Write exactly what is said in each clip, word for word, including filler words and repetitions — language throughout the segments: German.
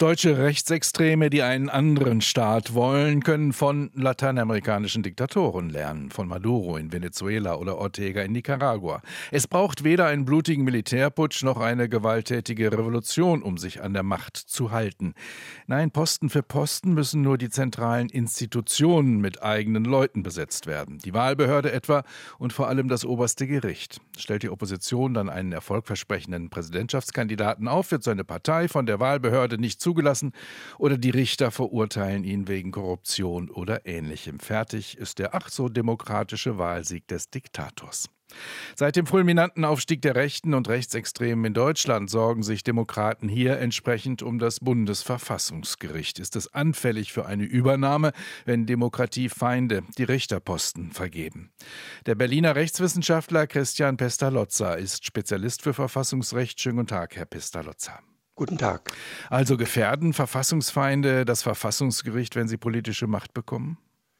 Deutsche Rechtsextreme, die einen anderen Staat wollen, können von lateinamerikanischen Diktatoren lernen, von Maduro in Venezuela oder Ortega in Nicaragua. Es braucht weder einen blutigen Militärputsch noch eine gewalttätige Revolution, um sich an der Macht zu halten. Nein, Posten für Posten müssen nur die zentralen Institutionen mit eigenen Leuten besetzt werden. Die Wahlbehörde etwa und vor allem das oberste Gericht. Stellt die Opposition dann einen erfolgversprechenden Präsidentschaftskandidaten auf, wird seine Partei von der Wahlbehörde nicht zugelassen oder die Richter verurteilen ihn wegen Korruption oder Ähnlichem. Fertig ist der ach so demokratische Wahlsieg des Diktators. Seit dem fulminanten Aufstieg der Rechten und Rechtsextremen in Deutschland sorgen sich Demokraten hier entsprechend um das Bundesverfassungsgericht. Ist es anfällig für eine Übernahme, wenn Demokratiefeinde die Richterposten vergeben? Der Berliner Rechtswissenschaftler Christian Pestalozza ist Spezialist für Verfassungsrecht. Schönen guten Tag, Herr Pestalozza. Guten Tag. Also gefährden Verfassungsfeinde das Verfassungsgericht, wenn sie politische Macht bekommen?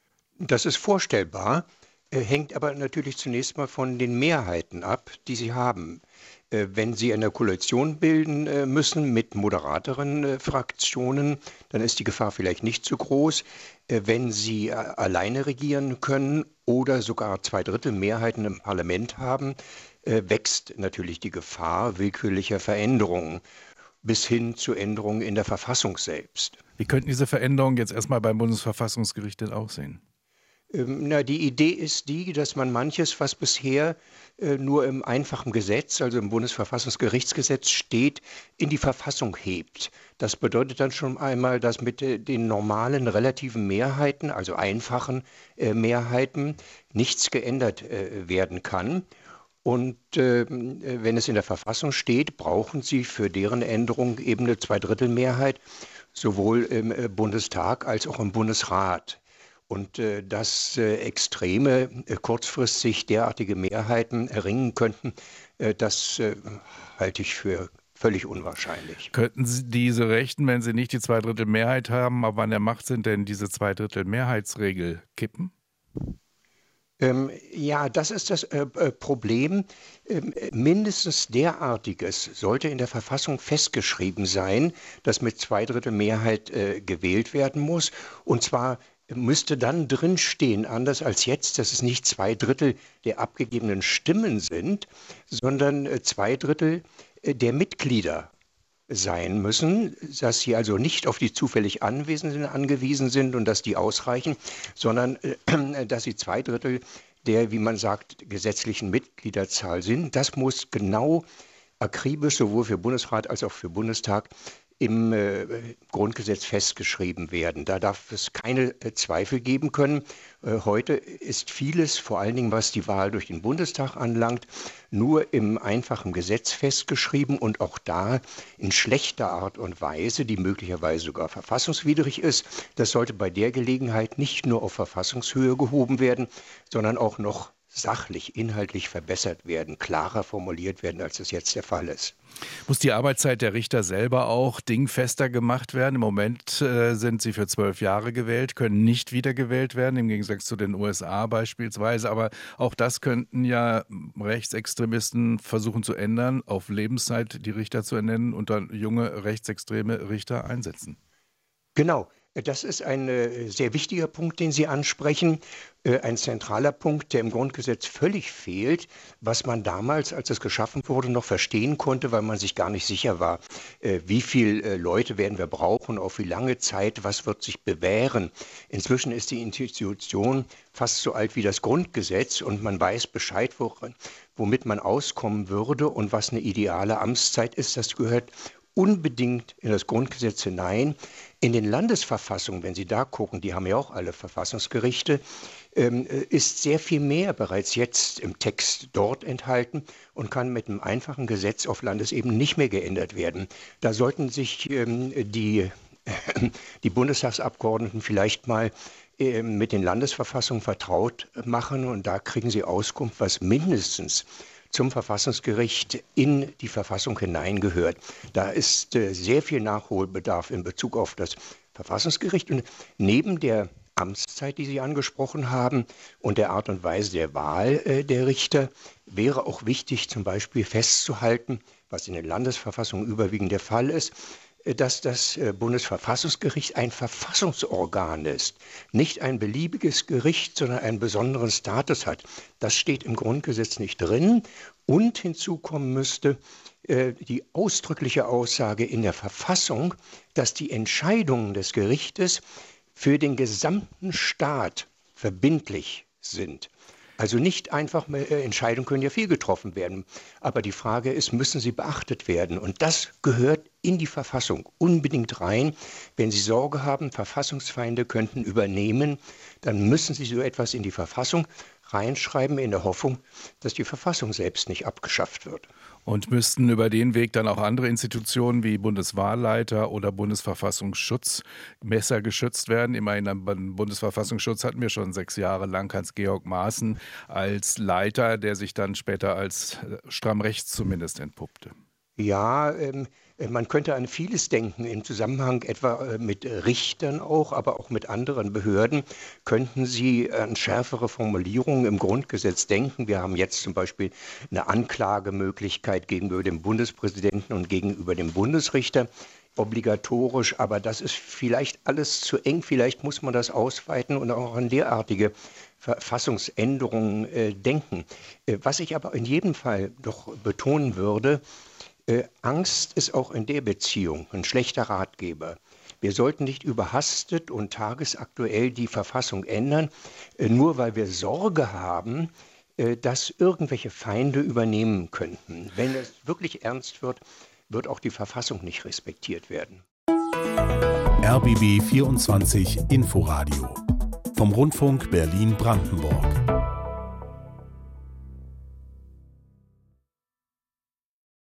Das ist vorstellbar, hängt aber natürlich zunächst mal von den Mehrheiten ab, die sie haben. Wenn sie eine Koalition bilden müssen mit moderateren Fraktionen, dann ist die Gefahr vielleicht nicht so groß. Wenn sie alleine regieren können oder sogar zwei Drittel Mehrheiten im Parlament haben, wächst natürlich die Gefahr willkürlicher Veränderungen bis hin zu Änderungen in der Verfassung selbst. Wie könnten diese Veränderungen jetzt erstmal beim Bundesverfassungsgericht denn aussehen? Ähm, na, die Idee ist die, dass man manches, was bisher äh, nur im einfachen Gesetz, also im Bundesverfassungsgerichtsgesetz steht, in die Verfassung hebt. Das bedeutet dann schon einmal, dass mit äh, den normalen relativen Mehrheiten, also einfachen äh, Mehrheiten, nichts geändert äh, werden kann. Und äh, wenn es in der Verfassung steht, brauchen sie für deren Änderung eben eine Zweidrittelmehrheit, sowohl im äh, Bundestag als auch im Bundesrat. Und äh, dass äh, Extreme äh, kurzfristig derartige Mehrheiten erringen könnten, äh, das äh, halte ich für völlig unwahrscheinlich. Könnten Sie diese Rechten, wenn sie nicht die Zweidrittelmehrheit haben, aber an der Macht sind, denn diese Zweidrittelmehrheitsregel kippen? Ähm, ja, das ist das äh, Problem. Ähm, mindestens derartiges sollte in der Verfassung festgeschrieben sein, dass mit Zweidrittelmehrheit äh, gewählt werden muss. Und zwar müsste dann drinstehen, anders als jetzt, dass es nicht zwei Drittel der abgegebenen Stimmen sind, sondern äh, zwei Drittel äh, der Mitglieder sein müssen, dass sie also nicht auf die zufällig Anwesenden angewiesen sind und dass die ausreichen, sondern äh, dass sie zwei Drittel der, wie man sagt, gesetzlichen Mitgliederzahl sind. Das muss genau akribisch sowohl für Bundesrat als auch für Bundestag im äh, Grundgesetz festgeschrieben werden. Da darf es keine äh, Zweifel geben können. Äh, heute ist vieles, vor allen Dingen was die Wahl durch den Bundestag anlangt, nur im einfachen Gesetz festgeschrieben und auch da in schlechter Art und Weise, die möglicherweise sogar verfassungswidrig ist. Das sollte bei der Gelegenheit nicht nur auf Verfassungshöhe gehoben werden, sondern auch noch sachlich, inhaltlich verbessert werden, klarer formuliert werden, als es jetzt der Fall ist. Muss die Arbeitszeit der Richter selber auch dingfester gemacht werden? Im Moment äh, sind sie für zwölf Jahre gewählt, können nicht wiedergewählt werden, im Gegensatz zu den U S A beispielsweise. Aber auch das könnten ja Rechtsextremisten versuchen zu ändern, auf Lebenszeit die Richter zu ernennen und dann junge rechtsextreme Richter einsetzen. Genau. Das ist ein äh, sehr wichtiger Punkt, den Sie ansprechen. Äh, ein zentraler Punkt, der im Grundgesetz völlig fehlt, was man damals, als es geschaffen wurde, noch verstehen konnte, weil man sich gar nicht sicher war, äh, wie viele äh, Leute werden wir brauchen, auf wie lange Zeit, was wird sich bewähren. Inzwischen ist die Institution fast so alt wie das Grundgesetz und man weiß Bescheid, worin, womit man auskommen würde und was eine ideale Amtszeit ist. Das gehört unbedingt in das Grundgesetz hinein. In den Landesverfassungen, wenn Sie da gucken, die haben ja auch alle Verfassungsgerichte, ähm, ist sehr viel mehr bereits jetzt im Text dort enthalten und kann mit einem einfachen Gesetz auf Landesebene nicht mehr geändert werden. Da sollten sich ähm, die, äh, die Bundestagsabgeordneten vielleicht mal äh, mit den Landesverfassungen vertraut machen und da kriegen sie Auskunft, was mindestens zum Verfassungsgericht in die Verfassung hineingehört. Da ist äh, sehr viel Nachholbedarf in Bezug auf das Verfassungsgericht. Und neben der Amtszeit, die Sie angesprochen haben, und der Art und Weise der Wahl äh, der Richter, wäre auch wichtig, zum Beispiel festzuhalten, was in den Landesverfassungen überwiegend der Fall ist, dass das Bundesverfassungsgericht ein Verfassungsorgan ist, nicht ein beliebiges Gericht, sondern einen besonderen Status hat. Das steht im Grundgesetz nicht drin. Und hinzu kommen müsste äh, die ausdrückliche Aussage in der Verfassung, dass die Entscheidungen des Gerichtes für den gesamten Staat verbindlich sind. Also nicht einfach, äh, Entscheidungen können ja viel getroffen werden, aber die Frage ist, müssen sie beachtet werden? Und das gehört in die Verfassung unbedingt rein. Wenn Sie Sorge haben, Verfassungsfeinde könnten übernehmen, dann müssen Sie so etwas in die Verfassung reinschreiben, in der Hoffnung, dass die Verfassung selbst nicht abgeschafft wird. Und müssten über den Weg dann auch andere Institutionen wie Bundeswahlleiter oder Bundesverfassungsschutz besser geschützt werden? Immerhin am Bundesverfassungsschutz hatten wir schon sechs Jahre lang Hans-Georg Maaßen als Leiter, der sich dann später als stramm rechts zumindest entpuppte. Ja, ähm, man könnte an vieles denken, im Zusammenhang etwa mit Richtern auch, aber auch mit anderen Behörden. Könnten Sie an schärfere Formulierungen im Grundgesetz denken? Wir haben jetzt zum Beispiel eine Anklagemöglichkeit gegenüber dem Bundespräsidenten und gegenüber dem Bundesrichter, obligatorisch, aber das ist vielleicht alles zu eng. Vielleicht muss man das ausweiten und auch an derartige Verfassungsänderungen äh, denken. Äh, was ich aber in jedem Fall doch betonen würde, Äh, Angst ist auch in der Beziehung ein schlechter Ratgeber. Wir sollten nicht überhastet und tagesaktuell die Verfassung ändern, äh, nur weil wir Sorge haben, äh, dass irgendwelche Feinde übernehmen könnten. Wenn es wirklich ernst wird, wird auch die Verfassung nicht respektiert werden. R B B vierundzwanzig Inforadio vom Rundfunk Berlin-Brandenburg.